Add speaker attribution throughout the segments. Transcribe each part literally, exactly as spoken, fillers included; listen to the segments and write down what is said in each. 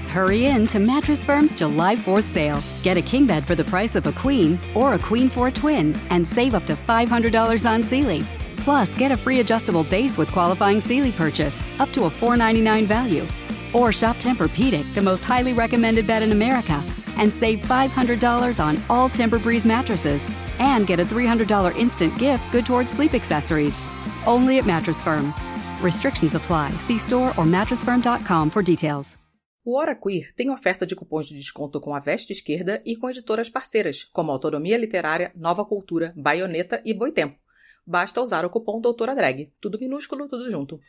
Speaker 1: Hurry in to Mattress Firm's July fourth sale. Get a king bed for the price of a queen or a queen for a twin and save up to five hundred dollars on Sealy. Plus, get a free adjustable base with qualifying Sealy purchase, up to a four ninety-nine value. Or shop Tempur-Pedic, the most highly recommended bed in America, and save five hundred dollars on all Tempur-Breeze mattresses and get a three hundred dollars instant gift good towards sleep accessories. Only at Mattress Firm. Restrictions apply. See store or mattress firm dot com for details.
Speaker 2: O Hora Queer tem oferta de cupons de desconto com a Veste Esquerda e com editoras parceiras, como Autonomia Literária, Nova Cultura, Baioneta e Boitempo. Basta usar o cupom Doutora Drag. Tudo minúsculo, tudo junto.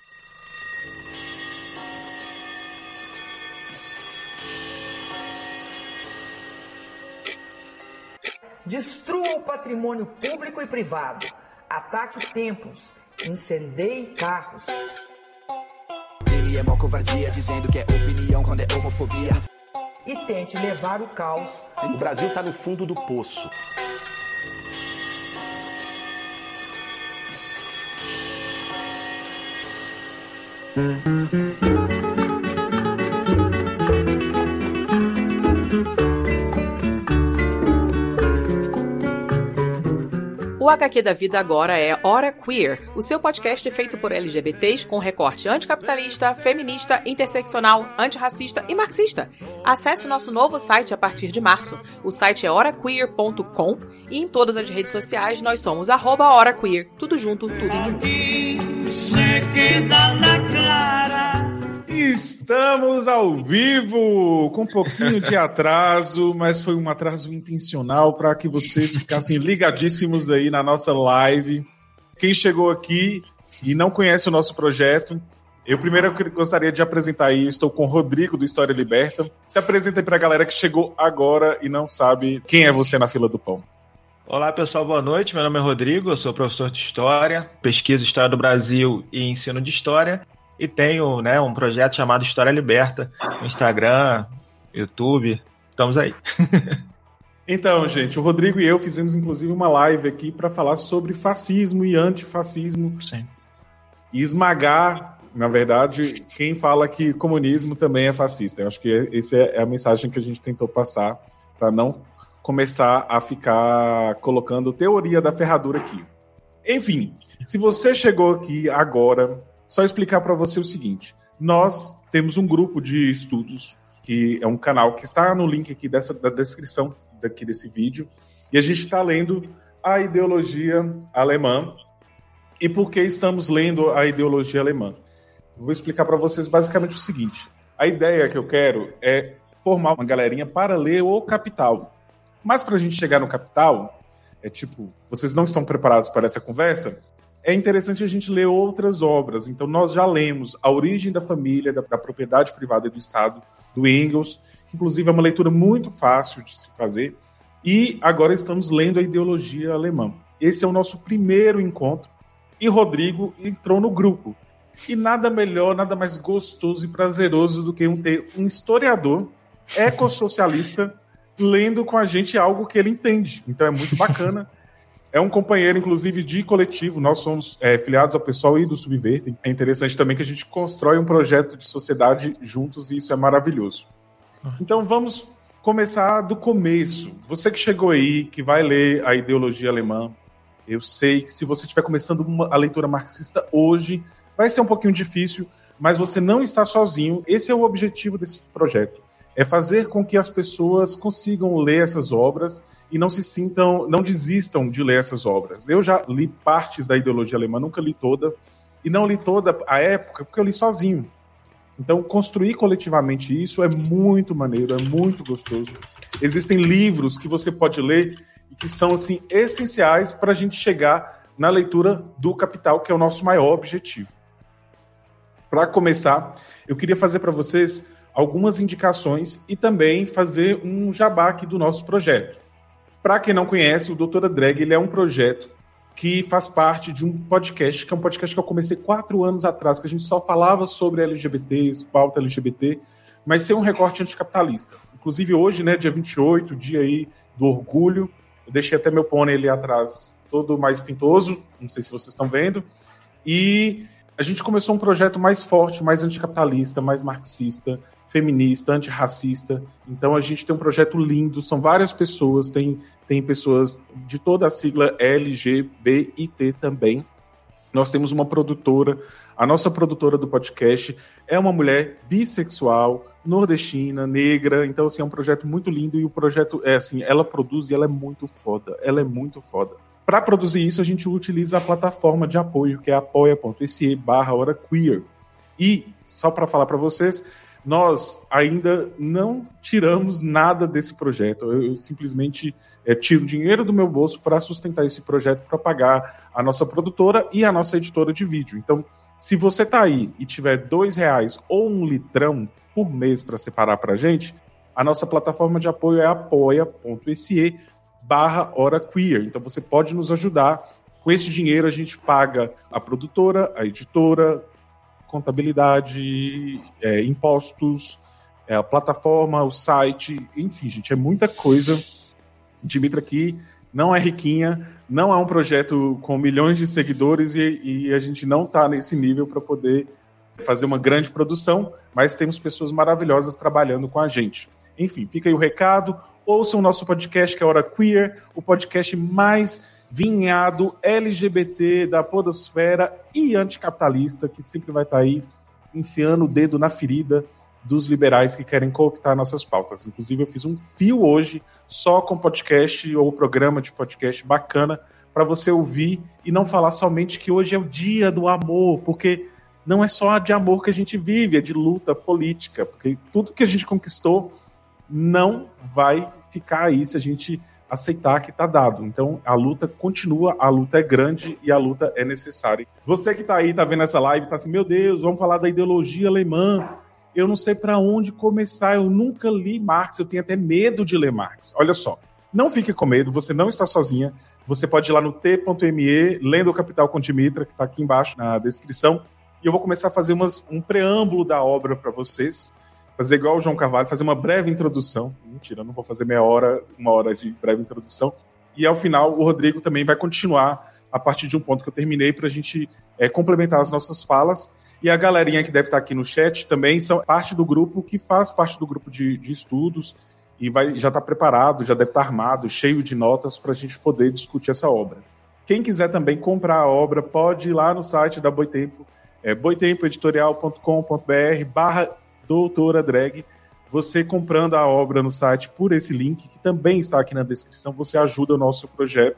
Speaker 3: Destrua o patrimônio público e privado. Ataque templos. Incendeie carros.
Speaker 4: Ele é mó covardia, dizendo que é opinião quando é homofobia.
Speaker 3: E tente levar o caos.
Speaker 5: O Brasil tá no fundo do poço.
Speaker 2: O H Q da Vida agora é Hora Queer, o seu podcast feito por L G B T s com recorte anticapitalista, feminista, interseccional, antirracista e marxista. Acesse o nosso novo site a partir de março. O site é hora queer ponto com e em todas as redes sociais nós somos arroba Hora Queer. Tudo junto, tudo em minutos.
Speaker 6: Estamos ao vivo, com um pouquinho de atraso, mas foi um atraso intencional para que vocês ficassem ligadíssimos aí na nossa live. Quem chegou aqui e não conhece o nosso projeto, eu primeiro gostaria de apresentar aí, estou com o Rodrigo do História Liberta. Se apresenta aí para a galera que chegou agora e não sabe quem é você na fila do pão.
Speaker 7: Olá pessoal, boa noite, meu nome é Rodrigo, eu sou professor de História, pesquiso História do Brasil e ensino de História. E tenho, né, um projeto chamado História Liberta no Instagram, YouTube. Estamos aí.
Speaker 6: Então, gente, o Rodrigo e eu fizemos inclusive uma live aqui para falar sobre fascismo e antifascismo.
Speaker 7: Sim.
Speaker 6: E esmagar, na verdade, quem fala que comunismo também é fascista. Eu acho que essa é a mensagem que a gente tentou passar para não começar a ficar colocando teoria da ferradura aqui. Enfim, se você chegou aqui agora... Só explicar para você o seguinte, nós temos um grupo de estudos, que é um canal que está no link aqui dessa, da descrição daqui desse vídeo, e a gente está lendo a ideologia alemã. E por que estamos lendo a ideologia alemã? Eu vou explicar para vocês basicamente o seguinte, a ideia que eu quero é formar uma galerinha para ler o Capital. Mas para a gente chegar no Capital, é tipo, vocês não estão preparados para essa conversa? É interessante a gente ler outras obras. Então, nós já lemos A Origem da Família, da, da Propriedade Privada e do Estado, do Engels, que inclusive é uma leitura muito fácil de se fazer. E agora estamos lendo a ideologia alemã. Esse é o nosso primeiro encontro. E Rodrigo entrou no grupo. E nada melhor, nada mais gostoso e prazeroso do que um, ter um historiador ecossocialista lendo com a gente algo que ele entende. Então, é muito bacana. É um companheiro, inclusive, de coletivo. Nós somos é, filiados ao pessoal e do Subvertem. É interessante também que a gente constrói um projeto de sociedade juntos e isso é maravilhoso. Então, vamos começar do começo. Você que chegou aí, que vai ler a ideologia alemã, eu sei que se você estiver começando uma, a leitura marxista hoje, vai ser um pouquinho difícil, mas você não está sozinho. Esse é o objetivo desse projeto. É fazer com que as pessoas consigam ler essas obras e não se sintam, não desistam de ler essas obras. Eu já li partes da ideologia alemã, nunca li toda, e não li toda a época, porque eu li sozinho. Então, construir coletivamente isso é muito maneiro, é muito gostoso. Existem livros que você pode ler e que são, assim, essenciais para a gente chegar na leitura do Capital, que é o nosso maior objetivo. Para começar, eu queria fazer para vocês algumas indicações e também fazer um jabá aqui do nosso projeto. Para quem não conhece, o Doutora Drag ele é um projeto que faz parte de um podcast, que é um podcast que eu comecei quatro anos atrás, que a gente só falava sobre L G B T, pauta L G B T, mas sem um recorte anticapitalista. Inclusive hoje, né, dia vinte e oito, dia aí do orgulho, eu deixei até meu pônei ali atrás todo mais pintoso, não sei se vocês estão vendo, e a gente começou um projeto mais forte, mais anticapitalista, mais marxista, feminista, antirracista. Então a gente tem um projeto lindo, são várias pessoas, tem, tem pessoas de toda a sigla L G B T também. Nós temos uma produtora, a nossa produtora do podcast é uma mulher bissexual, nordestina, negra, então assim, é um projeto muito lindo e o projeto é assim, ela produz e ela é muito foda, ela é muito foda. Para produzir isso, a gente utiliza a plataforma de apoio, que é apoia.se barra hora queer. E, só para falar para vocês, nós ainda não tiramos nada desse projeto. Eu, eu simplesmente é, tiro dinheiro do meu bolso para sustentar esse projeto, para pagar a nossa produtora e a nossa editora de vídeo. Então, se você tá aí e tiver dois reais ou um litrão por mês para separar para a gente, a nossa plataforma de apoio é apoia.se barra hora queer. Então você pode nos ajudar. Com esse dinheiro a gente paga a produtora, a editora, contabilidade, é, impostos, é, a plataforma, o site, enfim, gente, é muita coisa. Dimitra aqui não é riquinha, não é um projeto com milhões de seguidores e, e a gente não está nesse nível para poder fazer uma grande produção, mas temos pessoas maravilhosas trabalhando com a gente. Enfim, fica aí o recado. Ouçam o nosso podcast, que é Hora Queer, o podcast mais vinhado L G B T da podosfera e anticapitalista, que sempre vai estar aí enfiando o dedo na ferida dos liberais que querem cooptar nossas pautas. Inclusive, eu fiz um fio hoje só com podcast ou programa de podcast bacana para você ouvir e não falar somente que hoje é o dia do amor, porque não é só de amor que a gente vive, é de luta política, porque tudo que a gente conquistou não vai ficar aí se a gente aceitar que está dado. Então, a luta continua, a luta é grande e a luta é necessária. Você que está aí, está vendo essa live, está assim, meu Deus, vamos falar da ideologia alemã. Eu não sei para onde começar, eu nunca li Marx, eu tenho até medo de ler Marx. Olha só, não fique com medo, você não está sozinha. Você pode ir lá no t.me, lendo o Capital com Dimitra, que está aqui embaixo na descrição, e eu vou começar a fazer umas, um preâmbulo da obra para vocês. Fazer igual o João Carvalho, fazer uma breve introdução. Mentira, eu não vou fazer meia hora, uma hora de breve introdução. E ao final, o Rodrigo também vai continuar a partir de um ponto que eu terminei para a gente é, complementar as nossas falas. E a galerinha que deve estar aqui no chat também são parte do grupo que faz parte do grupo de, de estudos e vai, já está preparado, já deve estar armado, cheio de notas para a gente poder discutir essa obra. Quem quiser também comprar a obra, pode ir lá no site da Boitempo, é boitempoeditorial ponto com ponto br barra Doutora Drag. Você comprando a obra no site por esse link, que também está aqui na descrição, você ajuda o nosso projeto.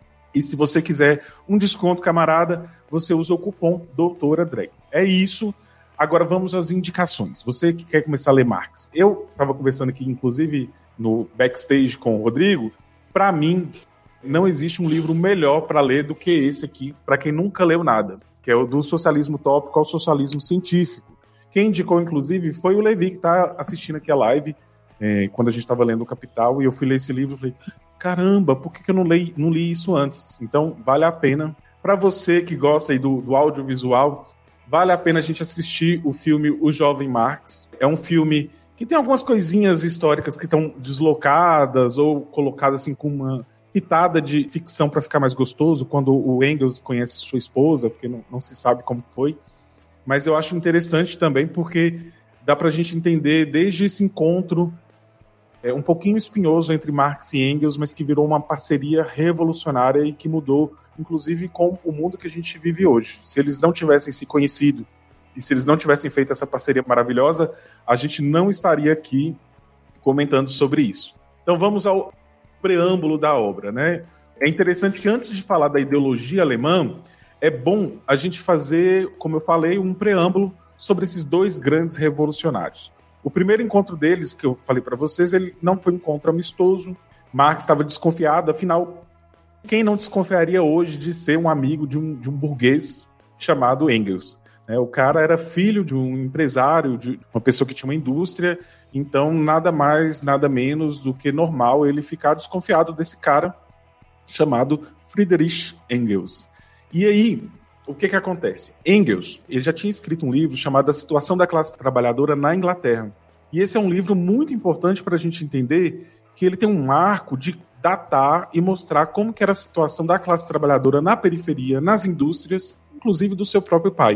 Speaker 6: E se você quiser um desconto, camarada, você usa o cupom Doutora Drag. É isso. Agora vamos às indicações. Você que quer começar a ler Marx. Eu estava conversando aqui, inclusive, no backstage com o Rodrigo. Para mim, não existe um livro melhor para ler do que esse aqui, para quem nunca leu nada, que é o do socialismo tópico ao socialismo científico. Quem indicou, inclusive, foi o Levi, que está assistindo aqui a live, é, quando a gente estava lendo o Capital, e eu fui ler esse livro e falei, caramba, por que, que eu não li, não li isso antes? Então, vale a pena. Para você que gosta aí do, do audiovisual, vale a pena a gente assistir o filme O Jovem Marx. É um filme que tem algumas coisinhas históricas que estão deslocadas ou colocadas assim com uma pitada de ficção para ficar mais gostoso, quando o Engels conhece sua esposa, porque não, não se sabe como foi. Mas eu acho interessante também porque dá para a gente entender desde esse encontro é, um pouquinho espinhoso entre Marx e Engels, mas que virou uma parceria revolucionária e que mudou, inclusive, com o mundo que a gente vive hoje. Se eles não tivessem se conhecido e se eles não tivessem feito essa parceria maravilhosa, a gente não estaria aqui comentando sobre isso. Então vamos ao preâmbulo da obra, né? É interessante que antes de falar da ideologia alemã, é bom a gente fazer, como eu falei, um preâmbulo sobre esses dois grandes revolucionários. O primeiro encontro deles, que eu falei para vocês, ele não foi um encontro amistoso. Marx estava desconfiado, afinal, quem não desconfiaria hoje de ser um amigo de um, de um burguês chamado Engels? É, o cara era filho de um empresário, de uma pessoa que tinha uma indústria, então nada mais, nada menos do que normal ele ficar desconfiado desse cara chamado Friedrich Engels. E aí, o que que acontece? Engels, ele já tinha escrito um livro chamado A Situação da Classe Trabalhadora na Inglaterra. E esse é um livro muito importante para a gente entender que ele tem um marco de datar e mostrar como que era a situação da classe trabalhadora na periferia, nas indústrias, inclusive do seu próprio pai.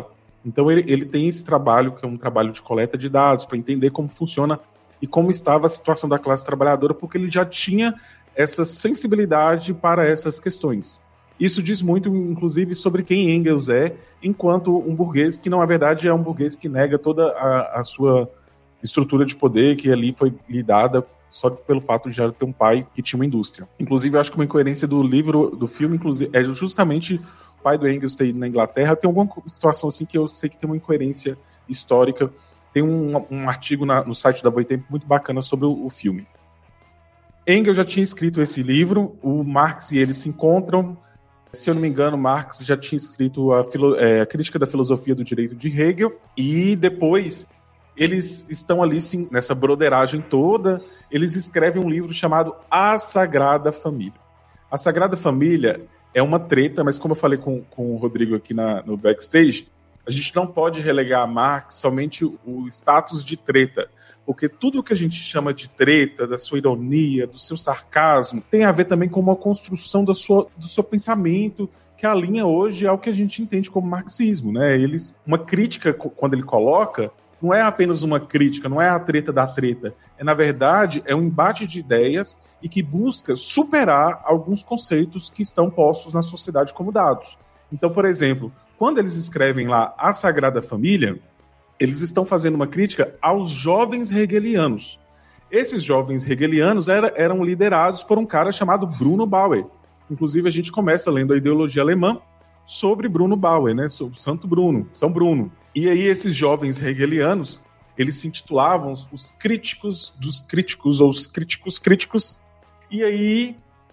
Speaker 6: Então ele, ele tem esse trabalho, que é um trabalho de coleta de dados, para entender como funciona e como estava a situação da classe trabalhadora, porque ele já tinha essa sensibilidade para essas questões. Isso diz muito, inclusive, sobre quem Engels é, enquanto um burguês que, na verdade, é um burguês que nega toda a, a sua estrutura de poder que ali foi lhe dada só pelo fato de já ter um pai que tinha uma indústria. Inclusive, eu acho que uma incoerência do livro, do filme, inclusive, é justamente o pai do Engels ter ido na Inglaterra. Tem alguma situação assim que eu sei que tem uma incoerência histórica. Tem um, um artigo na, no site da Boitempo muito bacana sobre o, o filme. Engels já tinha escrito esse livro, o Marx e ele se encontram. Se eu não me engano, Marx já tinha escrito a, filo, é, a Crítica da Filosofia do Direito de Hegel, e depois eles estão ali sim, nessa broderagem toda, eles escrevem um livro chamado A Sagrada Família. A Sagrada Família é uma treta, mas como eu falei com, com o Rodrigo aqui na, no backstage, a gente não pode relegar a Marx somente o status de treta, porque tudo o que a gente chama de treta, da sua ironia, do seu sarcasmo, tem a ver também com uma construção da sua, do seu pensamento, que alinha hoje ao que a gente entende como marxismo, né? Eles, uma crítica, quando ele coloca, não é apenas uma crítica, não é a treta da treta, é, na verdade, é um embate de ideias e que busca superar alguns conceitos que estão postos na sociedade como dados. Então, por exemplo, quando eles escrevem lá A Sagrada Família, eles estão fazendo uma crítica aos jovens hegelianos. Esses jovens hegelianos era, eram liderados por um cara chamado Bruno Bauer. Inclusive, a gente começa lendo a ideologia alemã sobre Bruno Bauer, né? Sobre Santo Bruno, São Bruno. E aí, esses jovens hegelianos, eles se intitulavam os críticos dos críticos, ou os críticos críticos. E aí,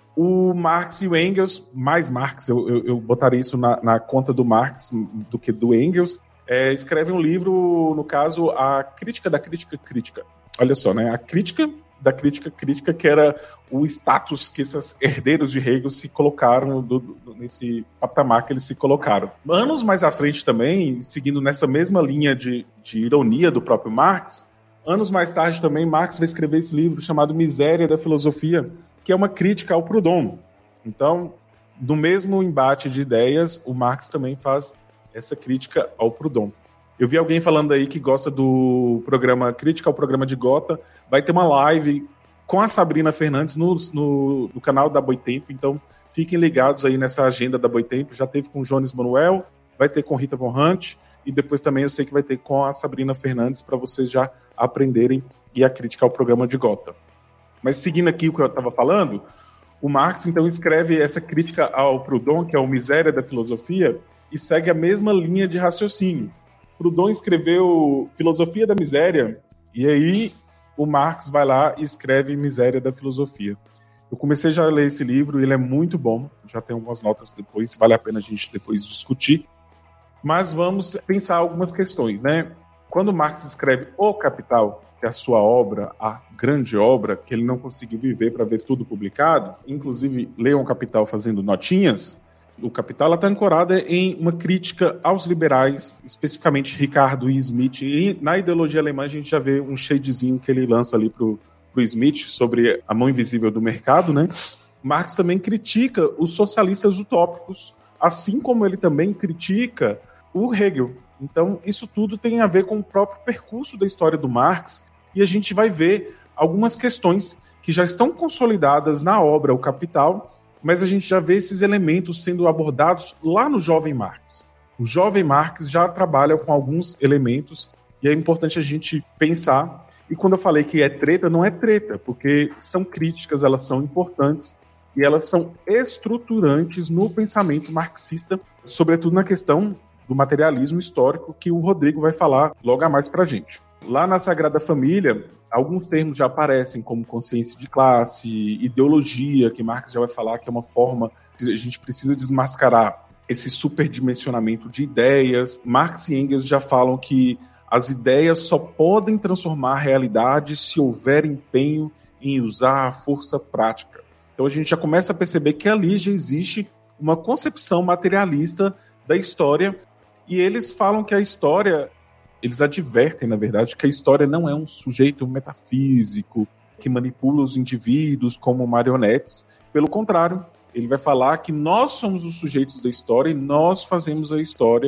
Speaker 6: o Marx e o Engels, mais Marx, eu, eu, eu botaria isso na, na conta do Marx do que do Engels, É, escreve um livro, no caso, A Crítica da Crítica Crítica. Olha só, né? A crítica da crítica crítica, que era o status que esses herdeiros de Hegel se colocaram do, do, nesse patamar que eles se colocaram. Anos mais à frente também, seguindo nessa mesma linha de, de ironia do próprio Marx, anos mais tarde também, Marx vai escrever esse livro chamado Miséria da Filosofia, que é uma crítica ao Proudhon. Então, no mesmo embate de ideias, o Marx também faz essa crítica ao Proudhon. Eu vi alguém falando aí que gosta do programa Crítica ao Programa de Gotha. Vai ter uma live com a Sabrina Fernandes no, no, no canal da Boitempo, então fiquem ligados aí nessa agenda da Boitempo. Já teve com o Jones Manuel, vai ter com Rita Von Hunt, e depois também eu sei que vai ter com a Sabrina Fernandes, para vocês já aprenderem e a crítica ao Programa de Gotha. Mas seguindo aqui o que eu estava falando, o Marx então escreve essa crítica ao Proudhon, que é o Miséria da Filosofia, e segue a mesma linha de raciocínio. Proudhon escreveu Filosofia da Miséria, e aí o Marx vai lá e escreve Miséria da Filosofia. Eu comecei já a ler esse livro, ele é muito bom, já tem algumas notas depois, vale a pena a gente depois discutir. Mas vamos pensar algumas questões, né? Quando Marx escreve O Capital, que é a sua obra, a grande obra, que ele não conseguiu viver para ver tudo publicado, inclusive leiam o Capital fazendo notinhas, o Capital está ancorada em uma crítica aos liberais, especificamente Ricardo e Smith. E na ideologia alemã a gente já vê um shadezinho que ele lança ali para o Smith sobre a mão invisível do mercado, né? Marx também critica os socialistas utópicos, assim como ele também critica o Hegel. Então isso tudo tem a ver com o próprio percurso da história do Marx, e a gente vai ver algumas questões que já estão consolidadas na obra O Capital, mas a gente já vê esses elementos sendo abordados lá no Jovem Marx. O Jovem Marx já trabalha com alguns elementos e é importante a gente pensar. E quando eu falei que é treta, não é treta, porque são críticas, elas são importantes e elas são estruturantes no pensamento marxista, sobretudo na questão do materialismo histórico, que o Rodrigo vai falar logo a mais pra gente. Lá na Sagrada Família, alguns termos já aparecem, como consciência de classe, ideologia, que Marx já vai falar que é uma forma que a gente precisa desmascarar esse superdimensionamento de ideias. Marx e Engels já falam que as ideias só podem transformar a realidade se houver empenho em usar a força prática. Então a gente já começa a perceber que ali já existe uma concepção materialista da história, e eles falam que a história... Eles advertem, na verdade, que a história não é um sujeito metafísico que manipula os indivíduos como marionetes. Pelo contrário, ele vai falar que nós somos os sujeitos da história e nós fazemos a história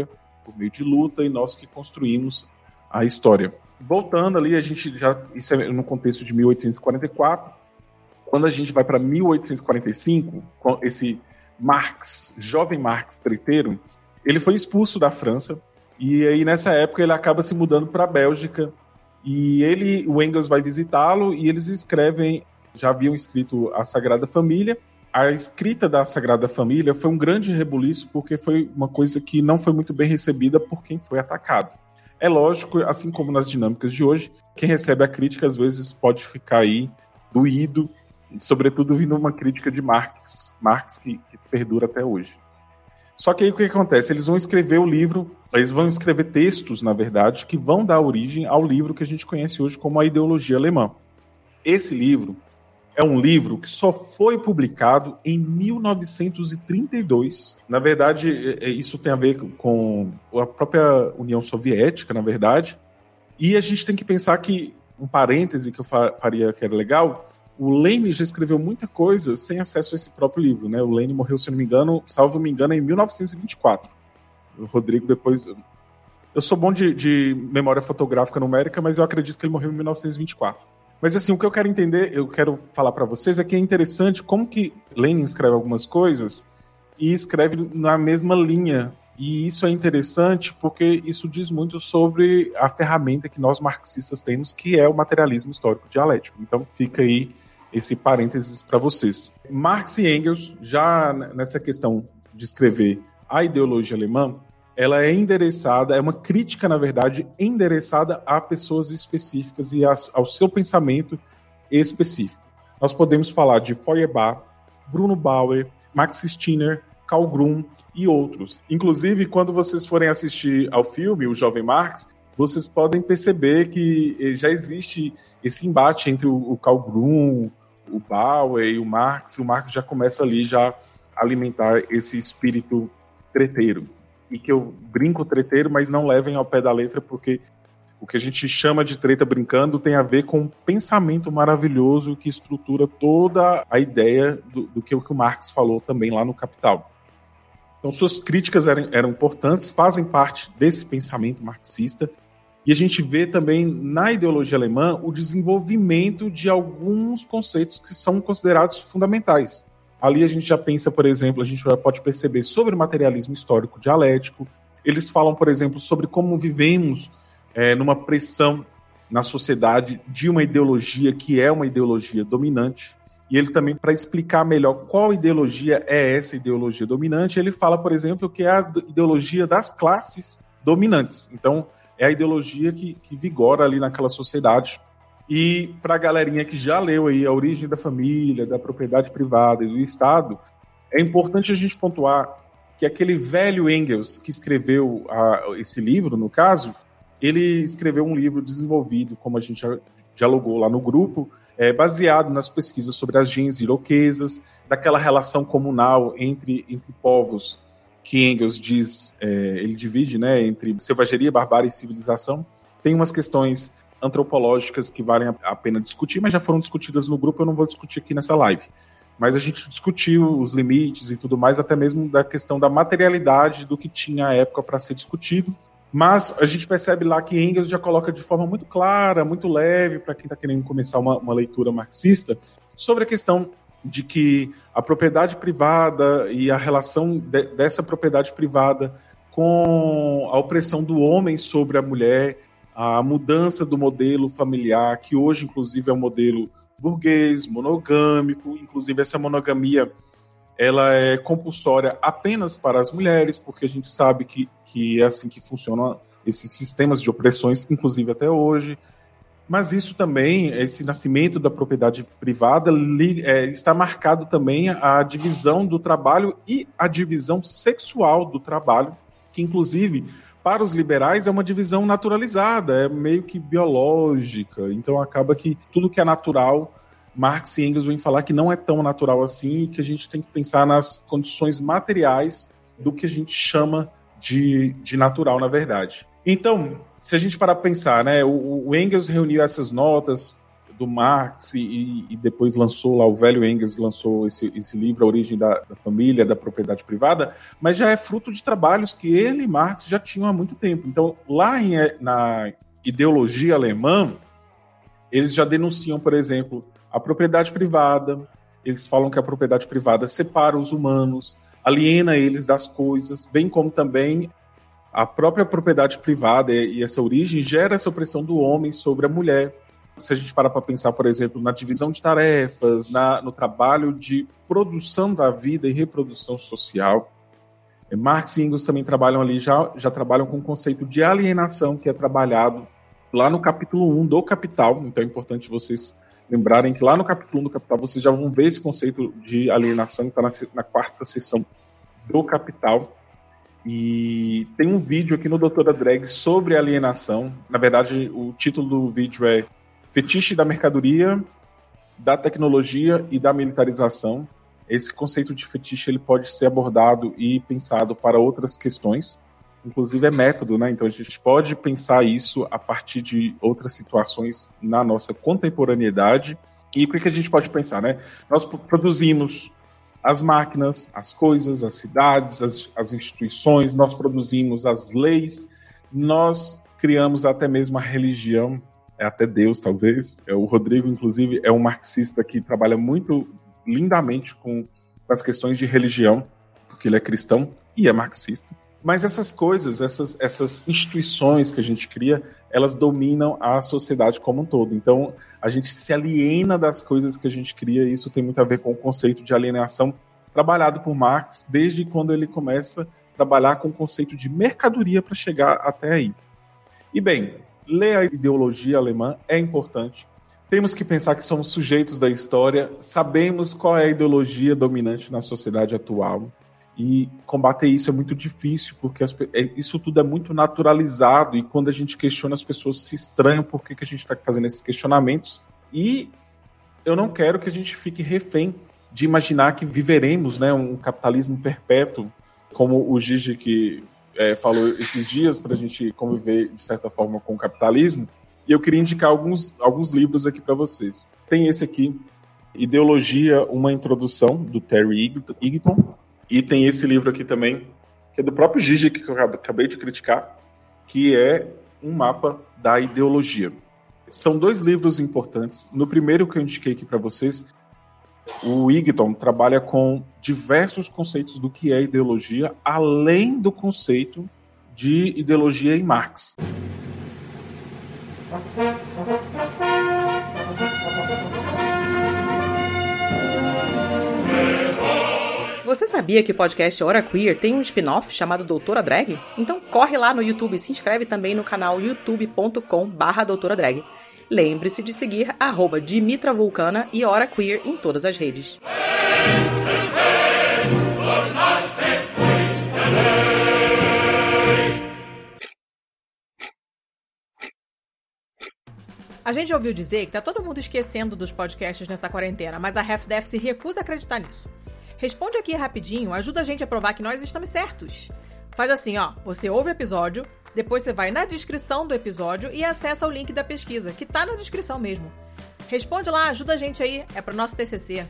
Speaker 6: por meio de luta, e nós que construímos a história. Voltando ali, a gente já, isso é no contexto de mil oitocentos e quarenta e quatro, quando a gente vai para mil oitocentos e quarenta e cinco, com esse Marx, jovem Marx treteiro, ele foi expulso da França, e aí nessa época ele acaba se mudando para a Bélgica, e ele, o Engels vai visitá-lo, e eles escrevem, já haviam escrito a Sagrada Família. A escrita da Sagrada Família foi um grande rebuliço, porque foi uma coisa que não foi muito bem recebida por quem foi atacado. É lógico, assim como nas dinâmicas de hoje, quem recebe a crítica às vezes pode ficar aí doído, sobretudo vindo uma crítica de Marx, Marx que, que perdura até hoje. Só que aí o que acontece? Eles vão escrever o livro, eles vão escrever textos, na verdade, que vão dar origem ao livro que a gente conhece hoje como a Ideologia Alemã. Esse livro é um livro que só foi publicado em mil novecentos e trinta e dois. Na verdade, isso tem a ver com a própria União Soviética, na verdade. E a gente tem que pensar que, um parêntese que eu faria que era legal, o Lenin já escreveu muita coisa sem acesso a esse próprio livro, né? O Lenin morreu, se não me engano, salvo me engano, em mil novecentos e vinte e quatro. O Rodrigo depois... Eu sou bom de, de memória fotográfica numérica, mas eu acredito que ele morreu em mil novecentos e vinte e quatro. Mas assim, o que eu quero entender, eu quero falar para vocês é que é interessante como que Lenin escreve algumas coisas e escreve na mesma linha. E isso é interessante porque isso diz muito sobre a ferramenta que nós marxistas temos, que é o materialismo histórico dialético. Então fica aí esse parênteses para vocês. Marx e Engels, já nessa questão de escrever a ideologia alemã, ela é endereçada, é uma crítica, na verdade, endereçada a pessoas específicas e ao seu pensamento específico. Nós podemos falar de Feuerbach, Bruno Bauer, Max Stirner, Karl Grun e outros. Inclusive, quando vocês forem assistir ao filme, O Jovem Marx, vocês podem perceber que já existe esse embate entre o Karl Grun, o Bauer e o Marx. O Marx já começa ali já a alimentar esse espírito treteiro. E que eu brinco treteiro, mas não levem ao pé da letra, porque o que a gente chama de treta brincando tem a ver com um pensamento maravilhoso que estrutura toda a ideia do, do que o Marx falou também lá no Capital. Então, suas críticas eram, eram importantes, fazem parte desse pensamento marxista, e a gente vê também na ideologia alemã o desenvolvimento de alguns conceitos que são considerados fundamentais. Ali a gente já pensa, por exemplo, a gente já pode perceber sobre o materialismo histórico dialético. Eles falam, por exemplo, sobre como vivemos é, numa pressão na sociedade de uma ideologia que é uma ideologia dominante. E ele também, para explicar melhor qual ideologia é essa ideologia dominante, ele fala, por exemplo, que é a ideologia das classes dominantes. Então, é a ideologia que, que vigora ali naquela sociedade. E para a galerinha que já leu aí A Origem da Família, da Propriedade Privada e do Estado, é importante a gente pontuar que aquele velho Engels que escreveu a, esse livro, no caso, ele escreveu um livro desenvolvido, como a gente já dialogou lá no grupo, é, baseado nas pesquisas sobre as gens iroquesas, daquela relação comunal entre, entre povos que Engels diz, é, ele divide, né, entre selvageria, barbárie e civilização. Tem umas questões antropológicas que valem a pena discutir, mas já foram discutidas no grupo, eu não vou discutir aqui nessa live. Mas a gente discutiu os limites e tudo mais, até mesmo da questão da materialidade do que tinha à época para ser discutido. Mas a gente percebe lá que Engels já coloca de forma muito clara, muito leve, para quem está querendo começar uma, uma leitura marxista, sobre a questão de que a propriedade privada e a relação de, dessa propriedade privada com a opressão do homem sobre a mulher, a mudança do modelo familiar, que hoje, inclusive, é um modelo burguês, monogâmico, inclusive essa monogamia ela é compulsória apenas para as mulheres, porque a gente sabe que, que é assim que funcionam esses sistemas de opressões, inclusive até hoje. Mas isso também, esse nascimento da propriedade privada, é, está marcado também a divisão do trabalho e a divisão sexual do trabalho, que inclusive para os liberais é uma divisão naturalizada, é meio que biológica, então acaba que tudo que é natural, Marx e Engels vêm falar que não é tão natural assim e que a gente tem que pensar nas condições materiais do que a gente chama de, de natural, na verdade. Então, se a gente parar para pensar, né, o, o Engels reuniu essas notas do Marx e, e depois lançou lá, o velho Engels lançou esse, esse livro, A Origem da, da Família, da Propriedade Privada, mas já é fruto de trabalhos que ele e Marx já tinham há muito tempo. Então, lá em, na ideologia alemã, eles já denunciam, por exemplo, a propriedade privada, eles falam que a propriedade privada separa os humanos, aliena eles das coisas, bem como também a própria propriedade privada e essa origem gera essa opressão do homem sobre a mulher. Se a gente parar para pensar, por exemplo, na divisão de tarefas, na, no trabalho de produção da vida e reprodução social, Marx e Engels também trabalham ali, já, já trabalham com o conceito de alienação, que é trabalhado lá no capítulo um do Capital. Então é importante vocês lembrarem que lá no capítulo um do Capital vocês já vão ver esse conceito de alienação, que está na, na quarta seção do Capital. E tem um vídeo aqui no Doutora Drag sobre alienação. Na verdade, o título do vídeo é Fetiche da Mercadoria, da Tecnologia e da Militarização. Esse conceito de fetiche ele pode ser abordado e pensado para outras questões. Inclusive é método, né? Então a gente pode pensar isso a partir de outras situações na nossa contemporaneidade. E o que a gente pode pensar, né? Nós produzimos as máquinas, as coisas, as cidades, as, as instituições, nós produzimos as leis, nós criamos até mesmo a religião, é até Deus, talvez. É, o Rodrigo, inclusive, é um marxista que trabalha muito lindamente com as questões de religião, porque ele é cristão e é marxista. Mas essas coisas, essas, essas instituições que a gente cria, elas dominam a sociedade como um todo. Então, a gente se aliena das coisas que a gente cria, e isso tem muito a ver com o conceito de alienação trabalhado por Marx desde quando ele começa a trabalhar com o conceito de mercadoria para chegar até aí. E bem, ler a ideologia alemã é importante. Temos que pensar que somos sujeitos da história, sabemos qual é a ideologia dominante na sociedade atual. E combater isso é muito difícil, porque as, isso tudo é muito naturalizado, e quando a gente questiona, as pessoas se estranham por que, que a gente está fazendo esses questionamentos. E eu não quero que a gente fique refém de imaginar que viveremos, né, um capitalismo perpétuo, como o Gigi que é, falou esses dias, para a gente conviver, de certa forma, com o capitalismo. E eu queria indicar alguns, alguns livros aqui para vocês. Tem esse aqui, Ideologia, uma Introdução, do Terry Eagleton. E tem esse livro aqui também, que é do próprio Gigi, que eu acabei de criticar, que é um mapa da ideologia. São dois livros importantes. No primeiro que eu indiquei aqui para vocês, o Eagleton trabalha com diversos conceitos do que é ideologia, além do conceito de ideologia em Marx.
Speaker 2: Você sabia que o podcast Hora Queer tem um spin-off chamado Doutora Drag? Então corre lá no YouTube e se inscreve também no canal youtube ponto com barra doutora drag. Lembre-se de seguir arroba Dimitra Vulcana e Hora Queer em todas as redes. A gente já ouviu dizer que tá todo mundo esquecendo dos podcasts nessa quarentena, mas a RefDef se recusa a acreditar nisso. Responde aqui rapidinho, ajuda a gente a provar que nós estamos certos. Faz assim, ó, você ouve o episódio, depois você vai na descrição do episódio e acessa o link da pesquisa, que tá na descrição mesmo. Responde lá, ajuda a gente aí, é pro nosso T C C.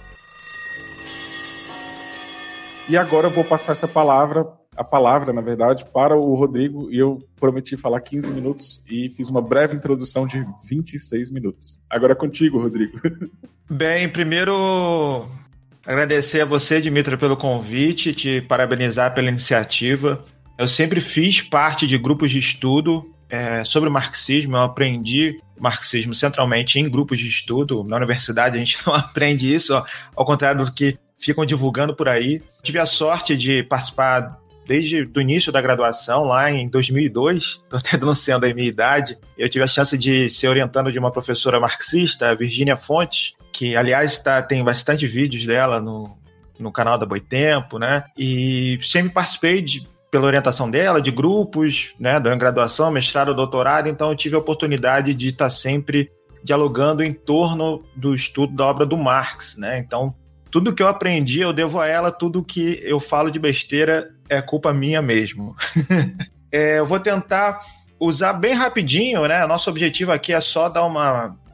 Speaker 6: E agora eu vou passar essa palavra, a palavra, na verdade, para o Rodrigo, e eu prometi falar quinze minutos e fiz uma breve introdução de vinte e seis minutos. Agora é contigo, Rodrigo.
Speaker 7: Bem, primeiro agradecer a você, Dimitra, pelo convite, te parabenizar pela iniciativa. Eu sempre fiz parte de grupos de estudo é, sobre marxismo. Eu aprendi marxismo centralmente em grupos de estudo. Na universidade a gente não aprende isso, ó, ao contrário do que ficam divulgando por aí. Tive a sorte de participar desde o início da graduação, lá em dois mil e dois, estou até denunciando a minha idade. Eu tive a chance de ser orientando de uma professora marxista, a Virgínia Fontes, que, aliás, tá, tem bastante vídeos dela no, no canal da Boitempo, né? E sempre participei, de, pela orientação dela, de grupos, né, da graduação, mestrado, doutorado, então eu tive a oportunidade de estar sempre dialogando em torno do estudo da obra do Marx, né? Então, tudo que eu aprendi, eu devo a ela, tudo que eu falo de besteira é culpa minha mesmo. é, eu vou tentar usar bem rapidinho, né? Nosso objetivo aqui é só dar uma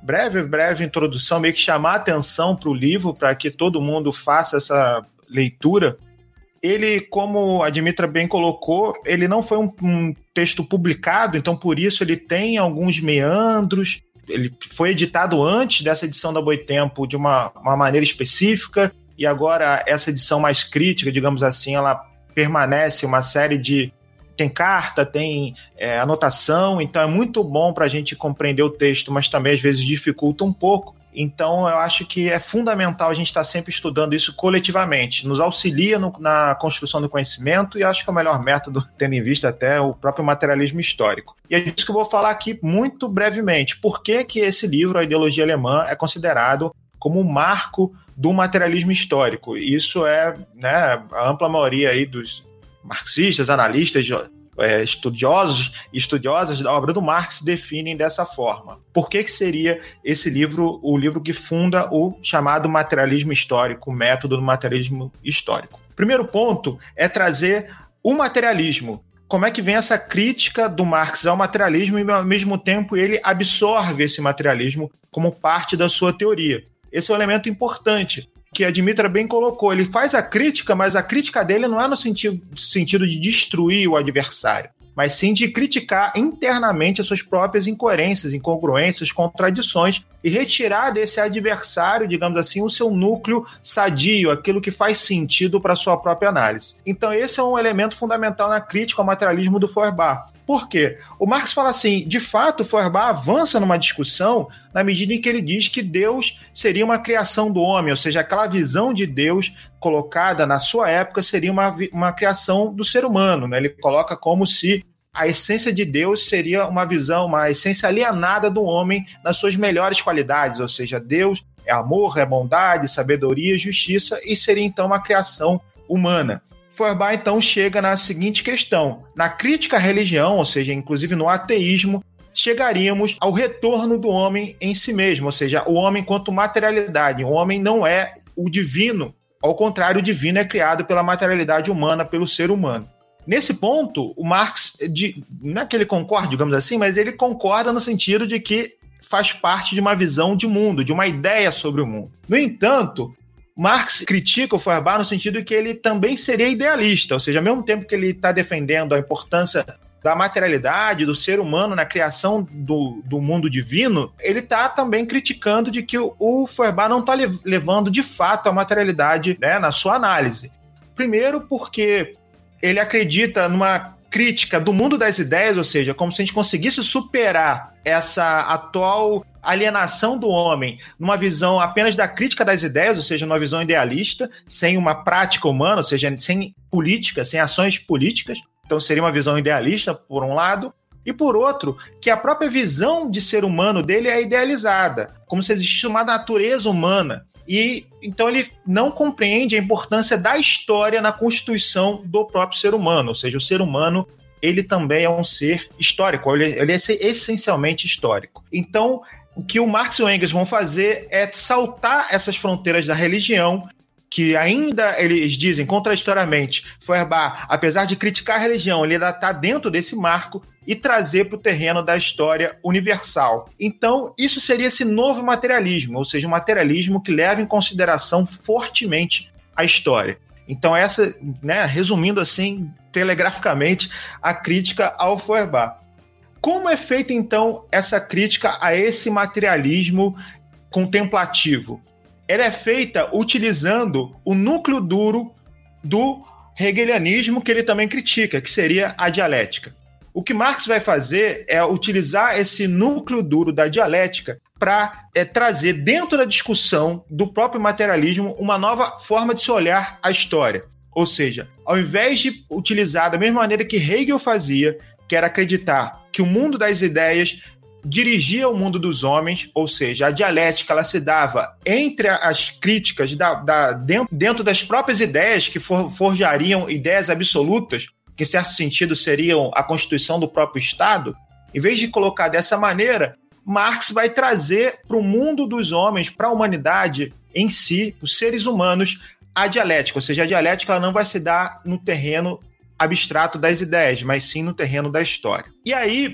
Speaker 7: breve, breve introdução, meio que chamar a atenção para o livro, para que todo mundo faça essa leitura. Ele, como a Dimitra bem colocou, ele não foi um, um texto publicado, então por isso ele tem alguns meandros. Ele foi editado antes dessa edição da Boitempo de uma, uma maneira específica, e agora essa edição mais crítica, digamos assim, ela permanece uma série de... Tem carta, tem é, anotação, então é muito bom para a gente compreender o texto, mas também às vezes dificulta um pouco. Então eu acho que é fundamental a gente estar sempre estudando isso coletivamente. Nos auxilia no, na construção do conhecimento e acho que é o melhor método, tendo em vista até o próprio materialismo histórico. E é disso que eu vou falar aqui muito brevemente. Por que que esse livro, A Ideologia Alemã, é considerado como um marco do materialismo histórico? Isso é, né, a ampla maioria aí dos marxistas, analistas, é, estudiosos e estudiosas da obra do Marx definem dessa forma. Por que que seria esse livro o livro que funda o chamado materialismo histórico, o método do materialismo histórico? Primeiro ponto é trazer o materialismo. Como é que vem essa crítica do Marx ao materialismo e, ao mesmo tempo, ele absorve esse materialismo como parte da sua teoria? Esse é um elemento importante, que a Dimitra bem colocou. Ele faz a crítica, mas a crítica dele não é no sentido, sentido de destruir o adversário, mas sim de criticar internamente as suas próprias incoerências, incongruências, contradições e retirar desse adversário, digamos assim, o seu núcleo sadio, aquilo que faz sentido para a sua própria análise. Então esse é um elemento fundamental na crítica ao materialismo do Feuerbach. Por quê? O Marx fala assim, de fato, o Feuerbach avança numa discussão na medida em que ele diz que Deus seria uma criação do homem, ou seja, aquela visão de Deus colocada na sua época seria uma, uma criação do ser humano, né? Ele coloca como se a essência de Deus seria uma visão, uma essência alienada do homem nas suas melhores qualidades, ou seja, Deus é amor, é bondade, sabedoria, justiça, e seria então uma criação humana. Feuerbach então chega na seguinte questão: na crítica à religião, ou seja, inclusive no ateísmo, chegaríamos ao retorno do homem em si mesmo, ou seja, o homem enquanto materialidade. O homem não é o divino, ao contrário, o divino é criado pela materialidade humana, pelo ser humano. Nesse ponto, o Marx, de, não é que ele concorda, digamos assim, mas ele concorda no sentido de que faz parte de uma visão de mundo, de uma ideia sobre o mundo. No entanto, Marx critica o Feuerbach no sentido de que ele também seria idealista, ou seja, ao mesmo tempo que ele está defendendo a importância da materialidade, do ser humano na criação do, do mundo divino, ele está também criticando de que o, o Feuerbach não está levando de fato a materialidade, né, na sua análise. Primeiro porque ele acredita numa crítica do mundo das ideias, ou seja, como se a gente conseguisse superar essa atual alienação do homem numa visão apenas da crítica das ideias, ou seja, numa visão idealista, sem uma prática humana, ou seja, sem política, sem ações políticas. Então seria uma visão idealista, por um lado, e por outro, que a própria visão de ser humano dele é idealizada, como se existisse uma natureza humana. E então ele não compreende a importância da história na constituição do próprio ser humano, ou seja, o ser humano ele também é um ser histórico, ele, ele é essencialmente histórico. Então, o que o Marx e o Engels vão fazer é saltar essas fronteiras da religião, que ainda, eles dizem, contraditoriamente, Feuerbach, apesar de criticar a religião, ele ainda está dentro desse marco, e trazer para o terreno da história universal. Então, isso seria esse novo materialismo, ou seja, um materialismo que leva em consideração fortemente a história. Então, essa, né, resumindo assim, telegraficamente, a crítica ao Feuerbach. Como é feita, então, essa crítica a esse materialismo contemplativo? Ela é feita utilizando o núcleo duro do hegelianismo que ele também critica, que seria a dialética. O que Marx vai fazer é utilizar esse núcleo duro da dialética para é, trazer dentro da discussão do próprio materialismo uma nova forma de se olhar a história. Ou seja, ao invés de utilizar da mesma maneira que Hegel fazia, que era acreditar que o mundo das ideias dirigia o mundo dos homens, ou seja, a dialética ela se dava entre as críticas da, da, dentro, dentro das próprias ideias que for, forjariam ideias absolutas, que em certo sentido seriam a constituição do próprio Estado. Em vez de colocar dessa maneira, Marx vai trazer para o mundo dos homens, para a humanidade em si, os seres humanos, a dialética, ou seja, a dialética ela não vai se dar no terreno abstrato das ideias, mas sim no terreno da história. E aí,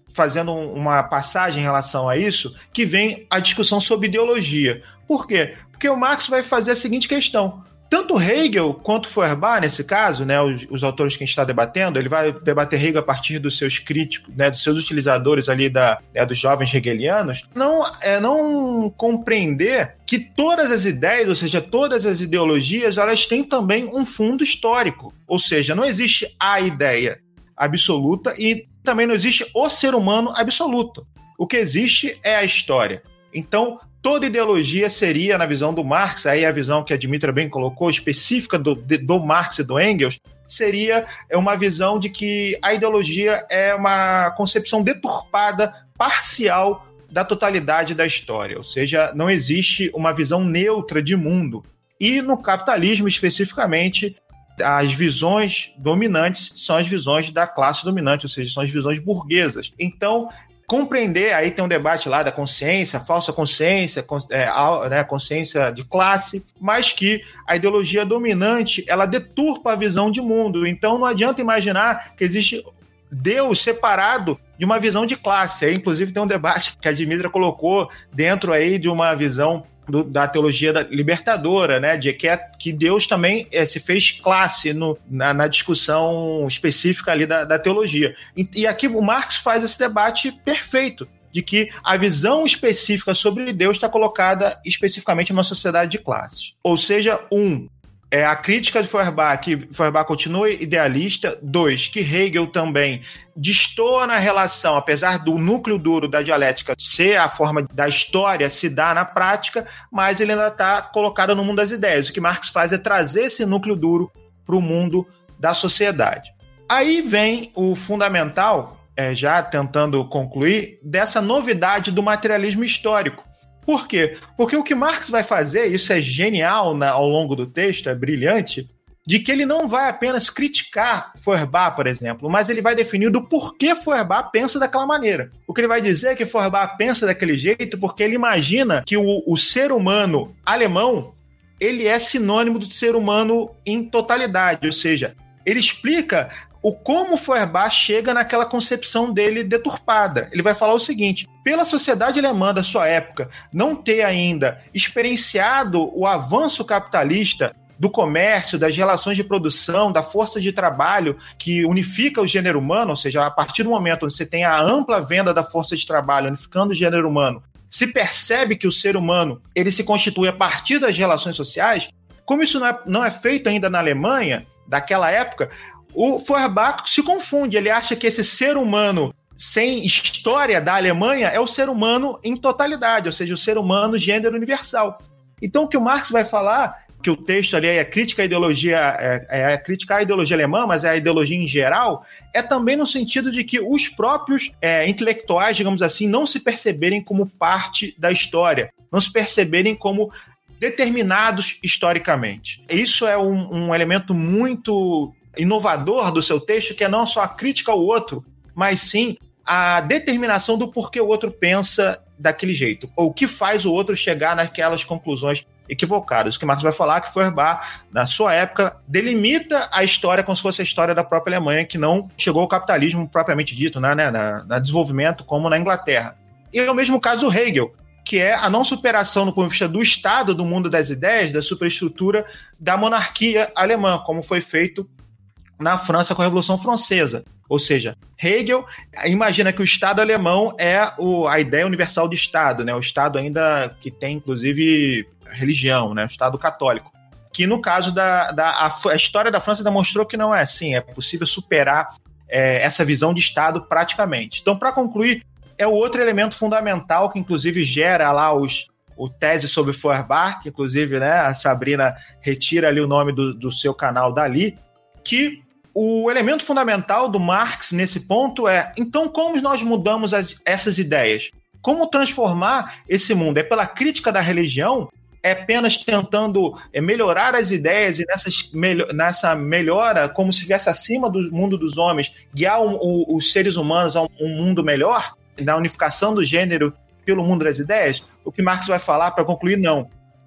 Speaker 7: fazendo uma passagem em relação a isso, que vem a discussão sobre ideologia. Por quê? Porque o Marx vai fazer a seguinte questão. Tanto Hegel quanto Feuerbach, nesse caso, né, os, os autores que a gente está debatendo, ele vai debater Hegel a partir dos seus críticos, né, dos seus utilizadores ali, da, né, dos jovens hegelianos, não, é, não compreender que todas as ideias, ou seja, todas as ideologias, elas têm também um fundo histórico. Ou seja, não existe a ideia absoluta e também não existe o ser humano absoluto. O que existe é a história. Então, toda ideologia seria, na visão do Marx, aí a visão que a Dimitra bem colocou, específica do, do Marx e do Engels, seria uma visão de que a ideologia é uma concepção deturpada, parcial, da totalidade da história. Ou seja, não existe uma visão neutra de mundo. E no capitalismo, especificamente, as visões dominantes são as visões da classe dominante, ou seja, são as visões burguesas. Então, compreender, aí tem um debate lá da consciência, falsa consciência, é, né, consciência de classe, mas que a ideologia dominante, ela deturpa a visão de mundo. Então não adianta imaginar que existe Deus separado de uma visão de classe. Aí, inclusive, tem um debate que a Dimitra colocou dentro aí de uma visão do, da teologia da libertadora, né, de que, é, que Deus também é, se fez classe no, na, na discussão específica ali da, da teologia. E, e aqui o Marx faz esse debate perfeito, de que a visão específica sobre Deus está colocada especificamente numa sociedade de classes. Ou seja, um, é a crítica de Feuerbach, que Feuerbach continua idealista. Dois, que Hegel também destoa na relação, apesar do núcleo duro da dialética ser a forma da história se dar na prática, mas ele ainda está colocado no mundo das ideias. O que Marx faz é trazer esse núcleo duro para o mundo da sociedade. Aí vem o fundamental, é, já tentando concluir, dessa novidade do materialismo histórico. Por quê? Porque o que Marx vai fazer, isso é genial na, ao longo do texto, é brilhante, de que ele não vai apenas criticar Feuerbach, por exemplo, mas ele vai definir do porquê Feuerbach pensa daquela maneira. O que ele vai dizer é que Feuerbach pensa daquele jeito porque ele imagina que o, o ser humano alemão, ele é sinônimo do ser humano em totalidade, ou seja, ele explica o como Feuerbach chega naquela concepção dele deturpada. Ele vai falar o seguinte: pela sociedade alemã da sua época não ter ainda experienciado o avanço capitalista do comércio, das relações de produção, da força de trabalho que unifica o gênero humano, ou seja, a partir do momento onde você tem a ampla venda da força de trabalho unificando o gênero humano, se percebe que o ser humano ele se constitui a partir das relações sociais. Como isso não é, não é feito ainda na Alemanha daquela época, o Feuerbach se confunde, ele acha que esse ser humano sem história da Alemanha é o ser humano em totalidade, ou seja, o ser humano gênero universal. Então o que o Marx vai falar, que o texto ali é crítica à ideologia, é, é crítica à ideologia alemã, mas é a ideologia em geral, é também no sentido de que os próprios é, intelectuais, digamos assim, não se perceberem como parte da história, não se perceberem como determinados historicamente. Isso é um, um elemento muito inovador do seu texto, que é não só a crítica ao outro, mas sim a determinação do porquê o outro pensa daquele jeito, ou o que faz o outro chegar naquelas conclusões equivocadas. O que Marx vai falar que Feuerbach, na sua época, delimita a história como se fosse a história da própria Alemanha, que não chegou ao capitalismo propriamente dito, né, na, na, na desenvolvimento, como na Inglaterra. E é o mesmo caso do Hegel, que é a não superação no ponto de vista do Estado, do mundo das ideias, da superestrutura da monarquia alemã, como foi feito na França com a Revolução Francesa. Ou seja, Hegel imagina que o Estado alemão é o, a ideia universal de Estado, né? O Estado ainda que tem, inclusive, religião, né? O Estado católico. Que, no caso da, da a, a história da França demonstrou que não é assim, é possível superar é, essa visão de Estado praticamente. Então, para concluir, é o outro elemento fundamental que, inclusive, gera lá os, o tese sobre Feuerbach, que, inclusive, né, a Sabrina retira ali o nome do, do seu canal dali, que o elemento fundamental do Marx nesse ponto é, então, como nós mudamos as, essas ideias? Como transformar esse mundo? É pela crítica da religião? É apenas tentando melhorar as ideias e nessas, nessa melhora, como se estivesse acima do mundo dos homens, guiar o, o, os seres humanos a um, um mundo melhor, na unificação do gênero pelo mundo das ideias? O que Marx vai falar, para concluir, não.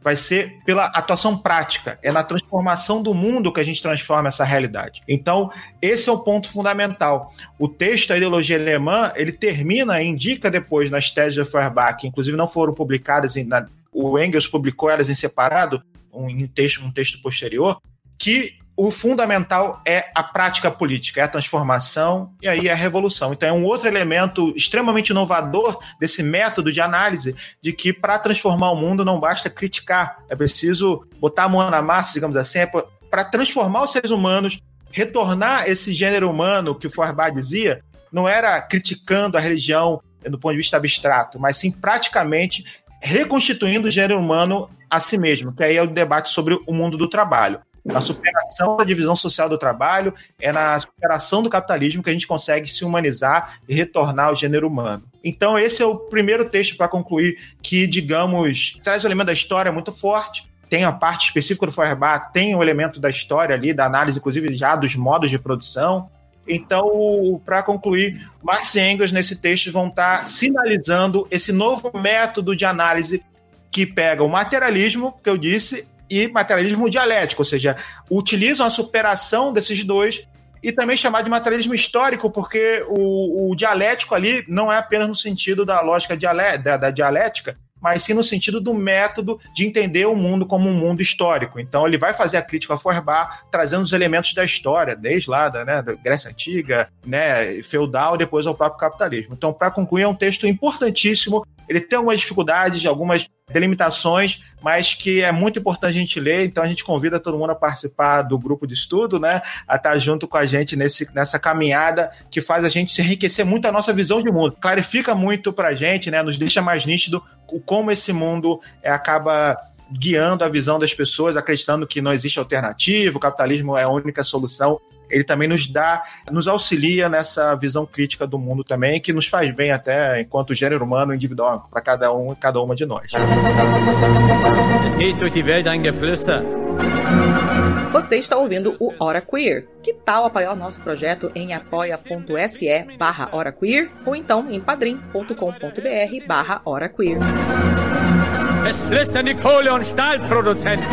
Speaker 7: vai ser pela atuação prática, é na transformação do mundo que a gente transforma essa realidade. Então, esse é o ponto fundamental. O texto, a ideologia alemã, ele termina, indica depois nas teses de Feuerbach, que inclusive não foram publicadas, em, na, o Engels publicou elas em separado, um, em texto, um texto posterior, que o fundamental é a prática política, é a transformação e aí é a revolução. Então é um outro elemento extremamente inovador desse método de análise, de que para transformar o mundo não basta criticar, é preciso botar a mão na massa, digamos assim, é para transformar os seres humanos, retornar esse gênero humano que o Feuerbach dizia, não era criticando a religião do ponto de vista abstrato, mas sim praticamente reconstituindo o gênero humano a si mesmo, que aí é o debate sobre o mundo do trabalho. Na superação da divisão social do trabalho, é na superação do capitalismo que a gente consegue se humanizar e retornar ao gênero humano. Então esse é o primeiro texto para concluir que, digamos, traz o elemento da história muito forte, tem a parte específica do Feuerbach, tem o elemento da história ali, da análise, inclusive, já dos modos de produção. Então, para concluir, Marx e Engels, nesse texto, vão estar sinalizando esse novo método de análise que pega o materialismo, que eu disse, e materialismo dialético, ou seja, utilizam a superação desses dois e também chamar de materialismo histórico, porque o, o dialético ali não é apenas no sentido da lógica dialé, da, da dialética, mas sim no sentido do método de entender o mundo como um mundo histórico. Então ele vai fazer a crítica a Feuerbach, trazendo os elementos da história, desde lá da, né, da Grécia Antiga, né, feudal, depois ao próprio capitalismo. Então, para concluir, é um texto importantíssimo. Ele tem algumas dificuldades, algumas delimitações, mas que é muito importante a gente ler, então a gente convida todo mundo a participar do grupo de estudo, né, a estar junto com a gente nesse, nessa caminhada que faz a gente se enriquecer muito a nossa visão de mundo, clarifica muito pra gente, né, nos deixa mais nítido como esse mundo é, acaba guiando a visão das pessoas, acreditando que não existe alternativa, o capitalismo é a única solução. Ele também nos dá, nos auxilia nessa visão crítica do mundo também, que nos faz bem até enquanto gênero humano individual, para cada um e cada uma de nós.
Speaker 8: Es geht durch die Welt ein Geflüster.
Speaker 2: Você está ouvindo o Hora Queer. Que tal apoiar o nosso projeto em apoia.se barra Hora Queer ou então em padrim.com.br barra Hora Queer.
Speaker 8: Es flüstern die Kohle- und Stahlproduzenten.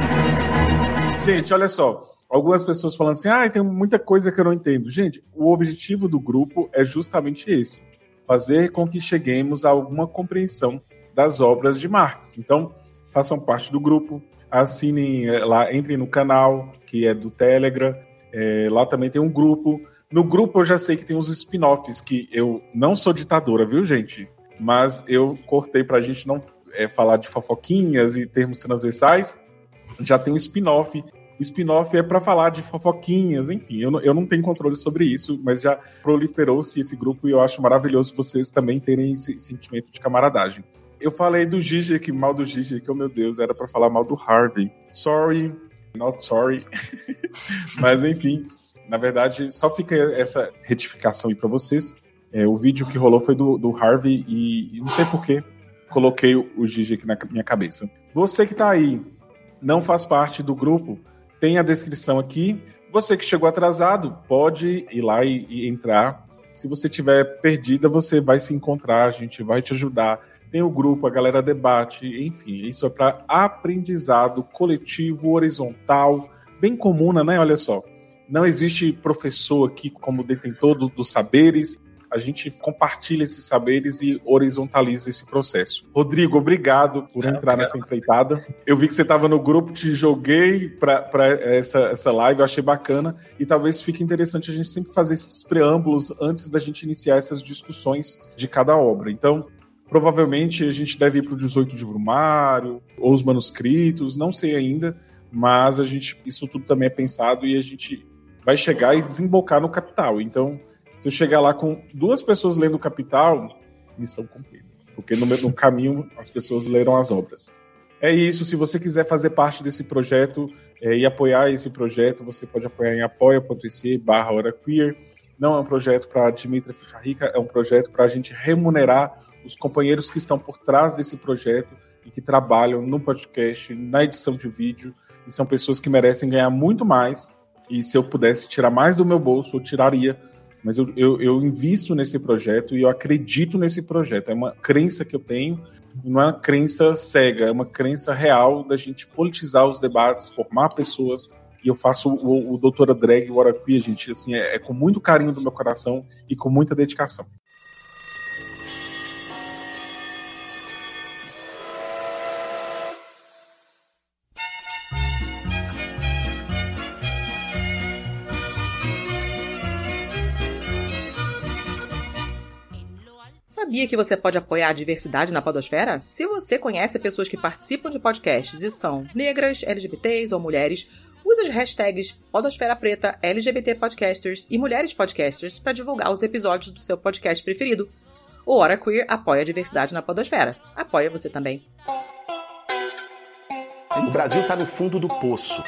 Speaker 6: Gente, olha só. Algumas pessoas falando assim, ah, tem muita coisa que eu não entendo. Gente, o objetivo do grupo é justamente esse. Fazer com que cheguemos a alguma compreensão das obras de Marx. Então, façam parte do grupo, assinem lá, entrem no canal, que é do Telegram. É, lá também tem um grupo. No grupo eu já sei que tem uns spin-offs, que eu não sou ditadora, viu, gente? Mas eu cortei pra gente não é, falar de fofoquinhas e termos transversais. Já tem um spin-off. O spin-off é para falar de fofoquinhas, enfim, eu não, eu não tenho controle sobre isso, mas já proliferou-se esse grupo e eu acho maravilhoso vocês também terem esse sentimento de camaradagem. Eu falei do Zizek, mal do Zizek, oh meu Deus, era para falar mal do Harvey. Sorry, not sorry. Mas enfim, na verdade, só fica essa retificação aí para vocês. É, o vídeo que rolou foi do, do Harvey e, e não sei porquê, coloquei o Zizek na minha cabeça. Você que tá aí, não faz parte do grupo, tem a descrição aqui. Você que chegou atrasado, pode ir lá e, e entrar. Se você estiver perdida, você vai se encontrar, a gente vai te ajudar. Tem o grupo, a galera debate, enfim. Isso é para aprendizado coletivo, horizontal, bem comum, né? Olha só, não existe professor aqui como detentor do, dos saberes. A gente compartilha esses saberes e horizontaliza esse processo. Rodrigo, obrigado por é, entrar obrigado. nessa empreitada. Eu vi que você estava no grupo, te joguei para essa, essa live, eu achei bacana. E talvez fique interessante a gente sempre fazer esses preâmbulos antes da gente iniciar essas discussões de cada obra. Então, provavelmente a gente deve ir para o dezoito de Brumário, ou os manuscritos, não sei ainda, mas a gente, isso tudo também é pensado e a gente vai chegar e desembocar no Capital. Então, se eu chegar lá com duas pessoas lendo o Capital, missão cumprida. Porque no, no caminho as pessoas leram as obras. É isso, se você quiser fazer parte desse projeto é, e apoiar esse projeto, você pode apoiar em apoia.se barra Hora Queer. Não é um projeto para a Dimitra ficar rica, é um projeto para a gente remunerar os companheiros que estão por trás desse projeto e que trabalham no podcast, na edição de vídeo, e são pessoas que merecem ganhar muito mais, e se eu pudesse tirar mais do meu bolso, eu tiraria, mas eu, eu, eu invisto nesse projeto e eu acredito nesse projeto. É uma crença que eu tenho, não é uma crença cega, é uma crença real da gente politizar os debates, formar pessoas. E eu faço o, o Doutora Drag e o Hora Queer, gente, assim, é, é com muito carinho do meu coração e com muita dedicação.
Speaker 2: Sabia que você pode apoiar a diversidade na podosfera? Se você conhece pessoas que participam de podcasts e são negras, L G B Ts ou mulheres, use as hashtags Podosfera Preta, L G B T Podcasters e Mulheres Podcasters para divulgar os episódios do seu podcast preferido. O Hora Queer apoia a diversidade na podosfera. Apoia você também.
Speaker 5: O Brasil tá no fundo do poço.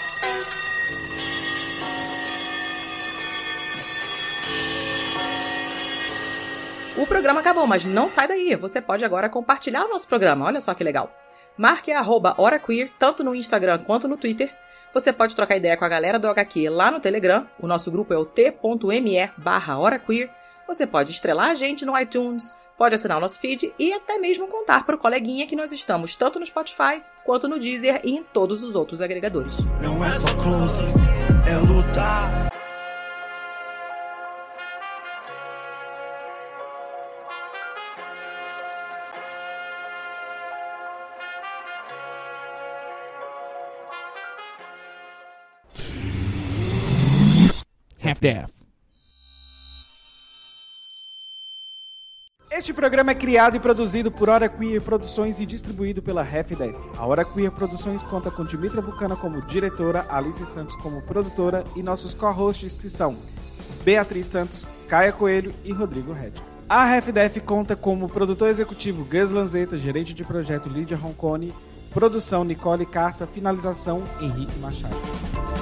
Speaker 2: O programa acabou, mas não sai daí. Você pode agora compartilhar o nosso programa. Olha só que legal. Marque a arroba Hora Queer, tanto no Instagram quanto no Twitter. Você pode trocar ideia com a galera do H Q lá no Telegram. O nosso grupo é o t.me barra Hora Queer. Você pode estrelar a gente no iTunes, pode assinar o nosso feed e até mesmo contar para o coleguinha que nós estamos tanto no Spotify quanto no Deezer e em todos os outros agregadores.
Speaker 9: Não é só close, é lutar.
Speaker 10: Half-Death. Este programa é criado e produzido por Hora Queer Produções e distribuído pela Half-Death. A Hora Queer Produções conta com Dimitra Vulcana como diretora, Alice Santos como produtora e nossos co-hosts que são Beatriz Santos, Caia Coelho e Rodrigo Red. A Half-Death conta como produtor executivo Gus Lanzetta, gerente de projeto Lídia Roncone, produção Nicole Carça, finalização Henrique Machado.